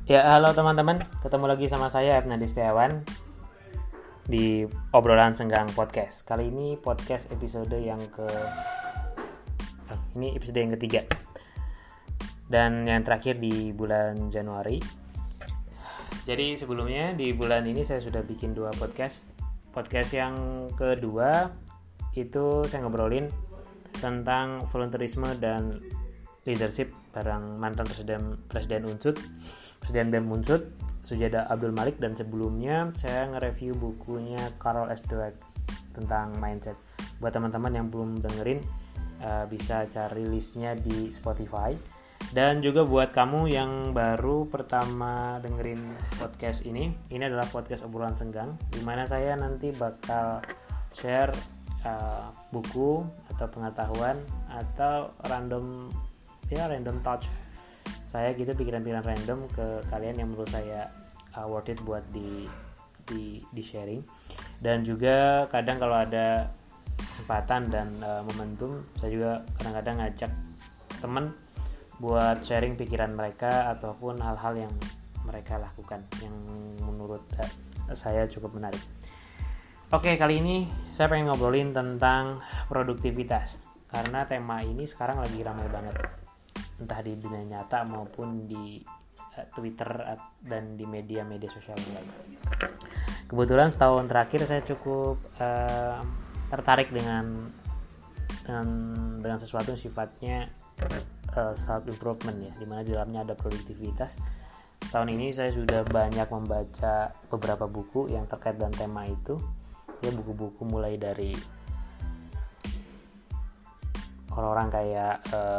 Ya, halo teman-teman, ketemu lagi sama saya Fernandi Setiawan di obrolan senggang podcast. Kali ini podcast episode yang ketiga dan yang terakhir di bulan Januari. Jadi sebelumnya di bulan ini saya sudah bikin 2 podcast. Podcast yang kedua itu saya ngobrolin tentang volunteerisme dan leadership bareng mantan Presiden BEM Unsud, Sujada Abdul Malik, dan sebelumnya saya nge-review bukunya Carol S. Dweck tentang mindset. Buat teman-teman yang belum dengerin, bisa cari listnya di Spotify. Dan juga buat kamu yang baru pertama dengerin podcast ini adalah podcast obrolan senggang, di mana saya nanti bakal share buku atau pengetahuan atau random touch saya gitu, pikiran-pikiran random ke kalian yang menurut saya worth it buat di sharing. Dan juga kadang kalau ada kesempatan dan momentum, saya juga kadang-kadang ngajak teman buat sharing pikiran mereka ataupun hal-hal yang mereka lakukan yang menurut saya cukup menarik. Oke, kali ini saya pengen ngobrolin tentang produktivitas karena tema ini sekarang lagi ramai banget, entah di dunia nyata maupun di Twitter dan di media-media sosial lain. Kebetulan setahun terakhir saya cukup tertarik dengan sesuatu yang sifatnya self improvement ya, dimana di dalamnya ada produktivitas. Tahun ini saya sudah banyak membaca beberapa buku yang terkait dengan tema itu. Ya, buku-buku mulai dari orang-orang kayak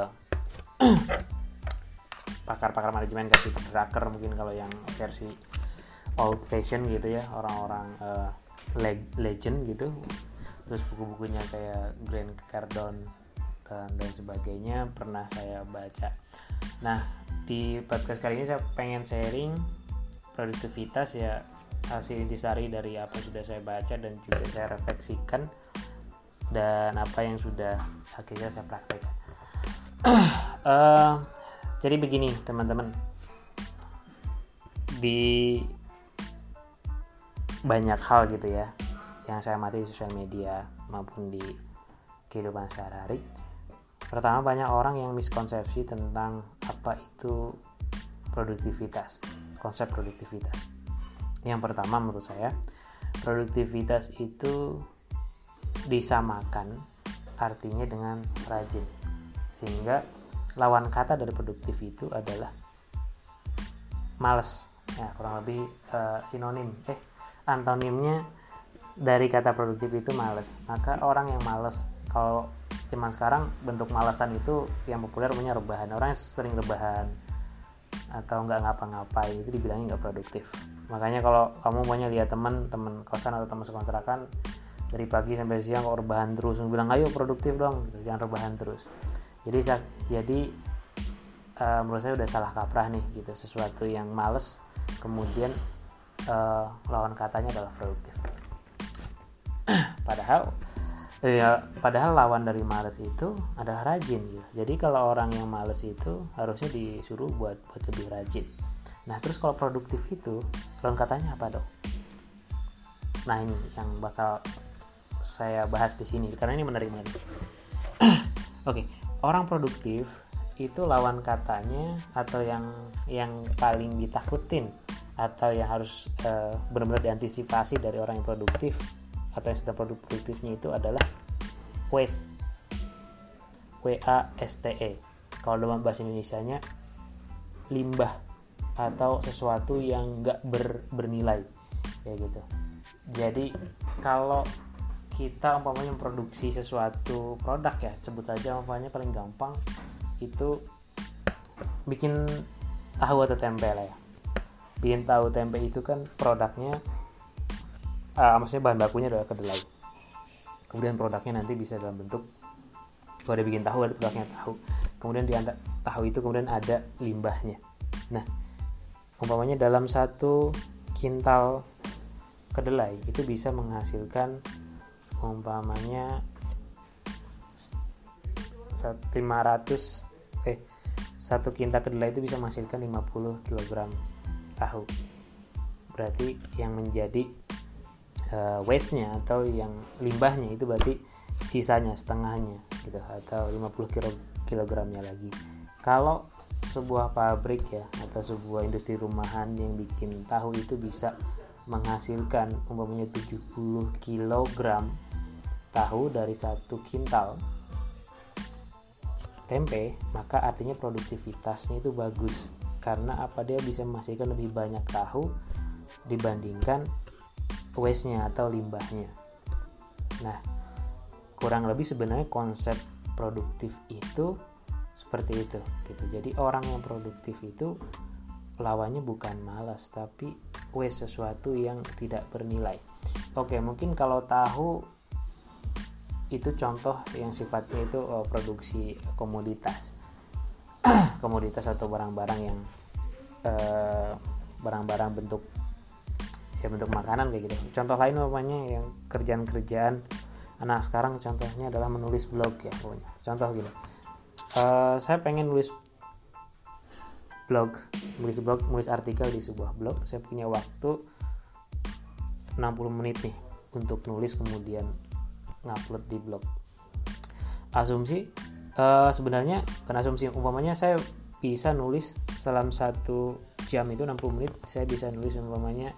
pakar-pakar manajemen kayak Peter Drucker, mungkin kalau yang versi old fashion gitu ya, orang-orang legend gitu. Terus buku-bukunya kayak Grant Cardone dan sebagainya pernah saya baca. Nah, di podcast kali ini saya pengen sharing produktivitas ya, hasil intisari dari apa yang sudah saya baca dan juga saya refleksikan dan apa yang sudah akhirnya saya praktekkan. Jadi begini teman-teman, di banyak hal gitu ya yang saya amati di sosial media maupun di kehidupan sehari-hari. Pertama, banyak orang yang miskonsepsi tentang apa itu produktivitas, konsep produktivitas. Yang pertama, menurut saya produktivitas itu disamakan artinya dengan rajin, sehingga lawan kata dari produktif itu adalah malas ya, kurang lebih antonimnya dari kata produktif itu malas. Maka orang yang malas, kalau zaman sekarang bentuk malasan itu yang populer punya rebahan. Orang yang sering rebahan atau nggak ngapa-ngapain itu dibilangnya nggak produktif. Makanya kalau kamu banyak lihat teman kosan atau teman sekontrakan dari pagi sampai siang kok rebahan terus, bilang ayo produktif dong gitu, jangan rebahan terus. Jadi menurut saya udah salah kaprah nih gitu, sesuatu yang males kemudian lawan katanya adalah produktif. Padahal lawan dari males itu adalah rajin gitu. Jadi kalau orang yang males itu harusnya disuruh buat lebih rajin. Nah, terus kalau produktif itu lawan katanya apa dong? Nah, ini yang bakal saya bahas di sini karena ini menarik banget. Oke, orang produktif itu lawan katanya atau yang paling ditakutin atau yang harus benar-benar diantisipasi dari orang yang produktif atau yang sedang produktifnya itu adalah waste, W-A-S-T-E. Kalau dalam bahasa Indonesianya limbah atau sesuatu yang nggak bernilai kayak gitu. Jadi kalau kita umpamanya memproduksi sesuatu produk ya, sebut saja umpamanya paling gampang itu bikin tahu atau tempe lah ya. Bikin tahu tempe itu kan produknya maksudnya bahan bakunya adalah kedelai. Kemudian produknya nanti bisa dalam bentuk, kalau dia bikin tahu ada produknya tahu. Kemudian di antara tahu itu kemudian ada limbahnya. Nah, umpamanya dalam 1 kintal kedelai itu bisa menghasilkan umpamanya 1 kintal kedelai itu bisa menghasilkan 50 kg tahu. Berarti yang menjadi waste-nya atau yang limbahnya itu berarti sisanya setengahnya gitu, atau 50 kilogramnya lagi. Kalau sebuah pabrik ya atau sebuah industri rumahan yang bikin tahu itu bisa menghasilkan umpamanya 70 kilogram tahu dari 1 kintal tempe, maka artinya produktivitasnya itu bagus. Karena apa, dia bisa menghasilkan lebih banyak tahu dibandingkan waste-nya atau limbahnya. Nah, kurang lebih sebenarnya konsep produktif itu seperti itu gitu. Jadi orang yang produktif itu lawannya bukan malas, tapi waste, sesuatu yang tidak bernilai. Oke, mungkin kalau tahu itu contoh yang sifatnya itu produksi komoditas komoditas atau barang-barang yang barang-barang bentuk makanan kayak gitu. Contoh lain namanya yang kerjaan-kerjaan anak sekarang, contohnya adalah menulis blog ya pokoknya. Contoh gini, saya pengen nulis artikel di sebuah blog. Saya punya waktu 60 menit nih untuk nulis, kemudian ngupload di blog. Asumsi sebenarnya kan asumsi, umpamanya saya bisa nulis dalam 1 jam itu 60 menit, saya bisa nulis umpamanya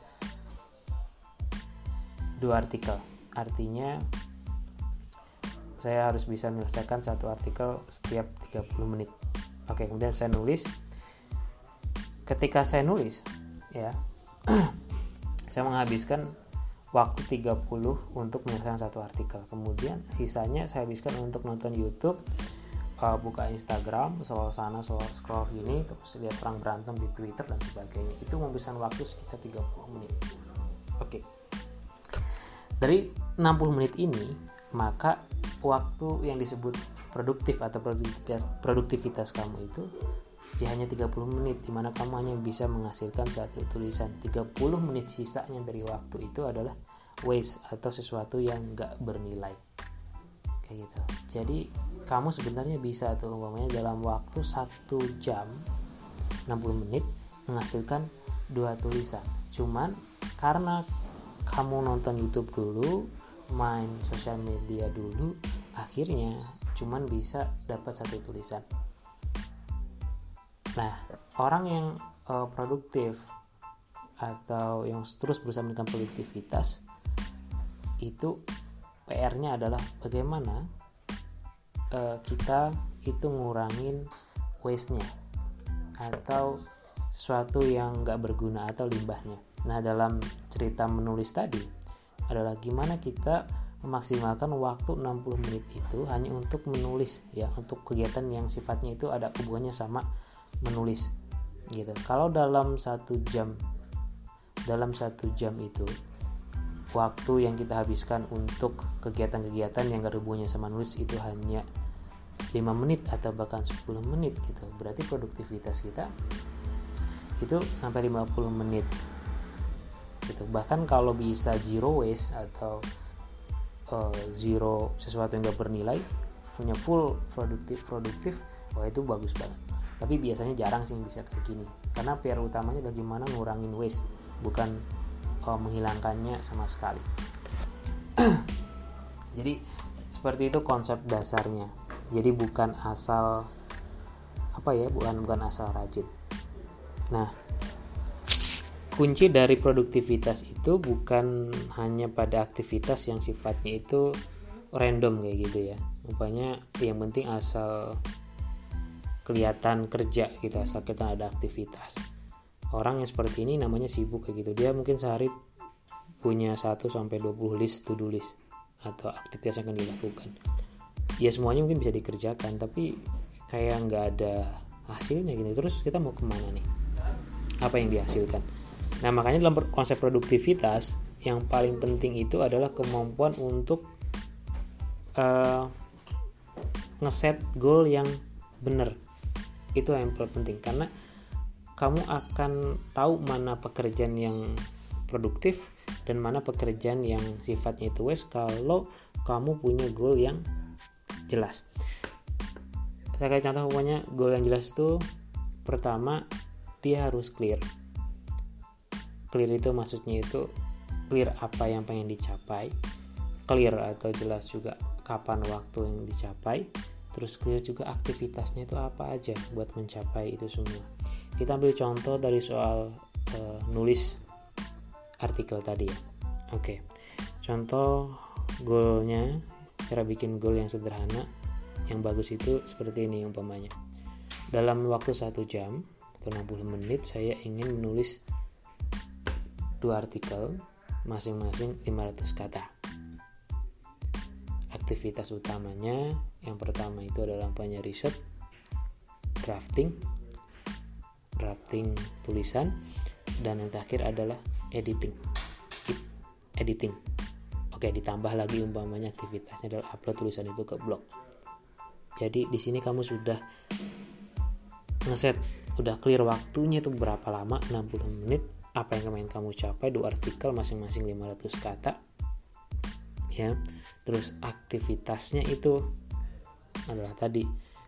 2 artikel. Artinya saya harus bisa menyelesaikan 1 artikel setiap 30 menit. Oke, kemudian saya nulis. Ketika saya nulis ya saya menghabiskan waktu 30 untuk menyelesaikan 1 artikel. Kemudian sisanya saya habiskan untuk nonton YouTube, buka Instagram, scroll sana scroll sini, terus lihat orang berantem di Twitter dan sebagainya. Itu menghabiskan waktu sekitar 30 menit. Oke. Dari 60 menit ini, maka waktu yang disebut produktif atau produktivitas kamu itu ya hanya 30 menit, dimana kamu hanya bisa menghasilkan 1 tulisan. 30 menit sisanya dari waktu itu adalah waste atau sesuatu yang gak bernilai kayak gitu. Jadi kamu sebenarnya bisa tuh umpamanya dalam waktu 1 jam 60 menit menghasilkan 2 tulisan. Cuman karena kamu nonton YouTube dulu, main sosial media dulu, akhirnya cuman bisa dapat 1 tulisan. Nah, orang yang produktif atau yang terus berusaha meningkatkan produktivitas itu PR-nya adalah bagaimana kita itu ngurangin waste-nya atau sesuatu yang gak berguna atau limbahnya. Nah, dalam cerita menulis tadi adalah gimana kita memaksimalkan waktu 60 menit itu hanya untuk menulis ya, untuk kegiatan yang sifatnya itu ada hubungannya sama menulis gitu. Kalau dalam 1 jam itu waktu yang kita habiskan untuk kegiatan-kegiatan yang gak hubungannya sama nulis itu hanya 5 menit atau bahkan 10 menit gitu. Berarti produktivitas kita itu sampai 50 menit gitu. Bahkan kalau bisa zero waste atau zero sesuatu yang gak bernilai, punya full produktif, wah itu bagus banget. Tapi biasanya jarang sih yang bisa kayak gini, karena PR utamanya adalah gimana ngurangin waste, bukan menghilangkannya sama sekali. Jadi seperti itu konsep dasarnya. Jadi bukan asal bukan asal rajin. Nah, kunci dari produktivitas itu bukan hanya pada aktivitas yang sifatnya itu random kayak gitu ya. Rupanya yang penting asal kelihatan kerja gitu, asal kita ada aktivitas. Orang yang seperti ini namanya sibuk kayak gitu. Dia mungkin sehari punya 1-20 list to do list atau aktivitas yang akan dilakukan. Ya semuanya mungkin bisa dikerjakan, tapi kayak nggak ada hasilnya gitu. Terus kita mau kemana nih? Apa yang dihasilkan? Nah, makanya dalam konsep produktivitas yang paling penting itu adalah kemampuan untuk ngeset goal yang benar. Itu yang paling penting, karena kamu akan tahu mana pekerjaan yang produktif dan mana pekerjaan yang sifatnya itu waste kalau kamu punya goal yang jelas. Saya kasih contoh, pokoknya goal yang jelas itu pertama dia harus clear. Clear itu maksudnya itu clear apa yang pengen dicapai, clear atau jelas juga kapan waktu yang dicapai, terus clear juga aktivitasnya itu apa aja buat mencapai itu semua. Kita ambil contoh dari soal nulis artikel tadi ya. Oke. Contoh goalnya, cara bikin goal yang sederhana yang bagus itu seperti ini umpamanya. Dalam waktu 1 jam atau 60 menit saya ingin menulis 2 artikel masing-masing 500 kata. Aktivitas utamanya yang pertama itu adalah riset, drafting tulisan, dan yang terakhir adalah editing. Oke, ditambah lagi umpamanya aktivitasnya adalah upload tulisan itu ke blog. Jadi di sini kamu sudah ngeset, udah clear waktunya itu berapa lama, 60 menit, apa yang kemarin kamu capai, 2 artikel masing-masing 500 kata. Ya. Terus aktivitasnya itu adalah tadi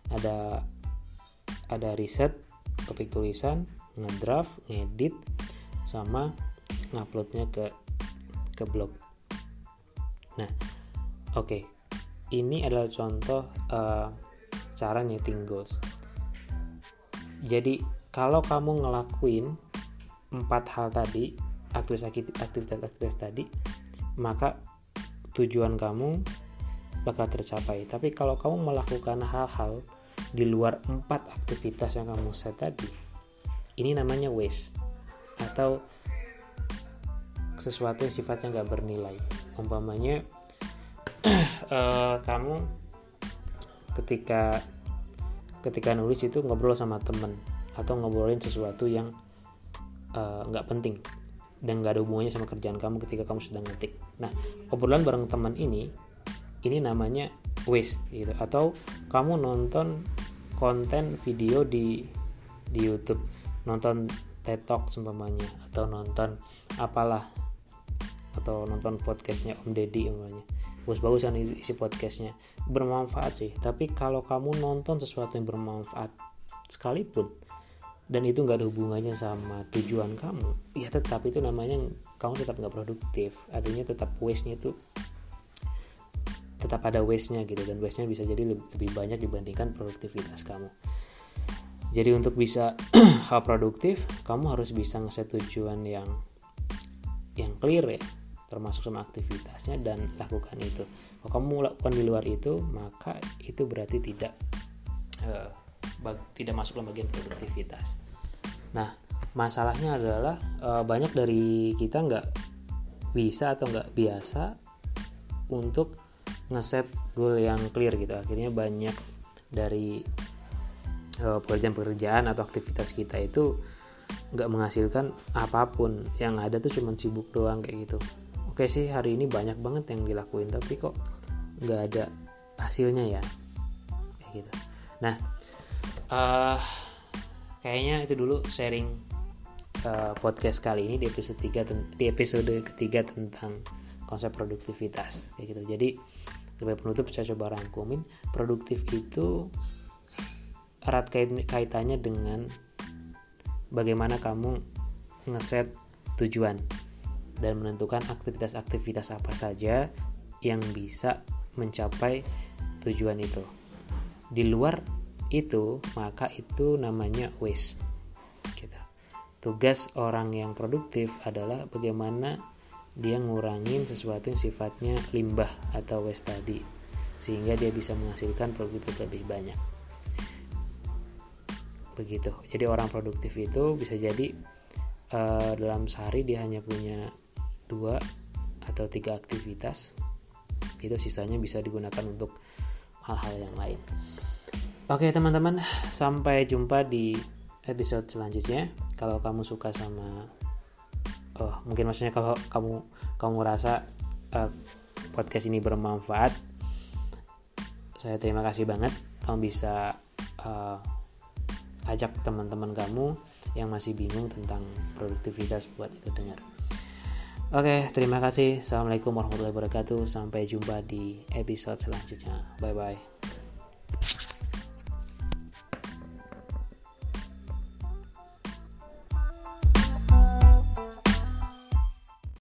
ada riset, topik tulisan, ngedraft, ngedit, sama nguploadnya ke blog. Nah, oke. Ini adalah contoh cara nyeting goals. Jadi kalau kamu ngelakuin 4 hal tadi, aktivitas tadi, maka tujuan kamu bakal tercapai. Tapi kalau kamu melakukan hal-hal di luar 4 aktivitas yang kamu set tadi, ini namanya waste atau sesuatu yang sifatnya nggak bernilai. Umpamanya kamu ketika nulis itu ngobrol sama temen atau ngobrolin sesuatu yang nggak penting dan nggak ada hubungannya sama kerjaan kamu ketika kamu sedang ngetik. Nah, obrolan bareng teman ini namanya waste gitu. Atau kamu nonton konten video di YouTube, nonton TED Talk seumpamanya, atau nonton apalah, atau nonton podcastnya Om Deddy umpamanya. Bagus-bagus kan isi podcastnya, bermanfaat sih. Tapi kalau kamu nonton sesuatu yang bermanfaat sekalipun dan itu nggak ada hubungannya sama tujuan kamu, ya tetap itu namanya kamu tetap nggak produktif. Artinya tetap waste-nya itu tetap ada waste-nya gitu, dan waste-nya bisa jadi lebih banyak dibandingkan produktivitas kamu. Jadi untuk bisa hal produktif, kamu harus bisa ngeset tujuan yang clear ya, termasuk sama aktivitasnya, dan lakukan itu. Kalau kamu lakukan di luar itu, maka itu berarti tidak masuk dalam bagian produktivitas. Nah, masalahnya adalah banyak dari kita nggak bisa atau nggak biasa untuk ngeset goal yang clear gitu. Akhirnya banyak dari pekerjaan atau aktivitas kita itu nggak menghasilkan apapun. Yang ada tuh cuma sibuk doang kayak gitu. Oke sih, hari ini banyak banget yang dilakuin, tapi kok nggak ada hasilnya ya kayak gitu. Nah, kayaknya itu dulu sharing podcast kali ini di episode ketiga tentang konsep produktivitas kayak gitu. Jadi sebagai penutup saya coba rangkumin, produktif itu erat kaitannya dengan bagaimana kamu ngeset tujuan dan menentukan aktivitas-aktivitas apa saja yang bisa mencapai tujuan itu. Di luar itu, maka itu namanya waste. Gitu. Tugas orang yang produktif adalah bagaimana dia ngurangin sesuatu yang sifatnya limbah atau waste tadi, sehingga dia bisa menghasilkan produktivitas lebih banyak. Begitu. Jadi orang produktif itu bisa jadi dalam sehari dia hanya punya 2 atau 3 aktivitas. Itu sisanya bisa digunakan untuk hal-hal yang lain. Oke teman-teman, sampai jumpa di episode selanjutnya. Kalau kamu suka sama mungkin maksudnya kalau kamu rasa podcast ini bermanfaat, saya terima kasih banget. Kamu bisa ajak teman-teman kamu yang masih bingung tentang produktivitas buat ikut dengar. Oke, terima kasih. Assalamualaikum warahmatullahi wabarakatuh. Sampai jumpa di episode selanjutnya. Bye bye.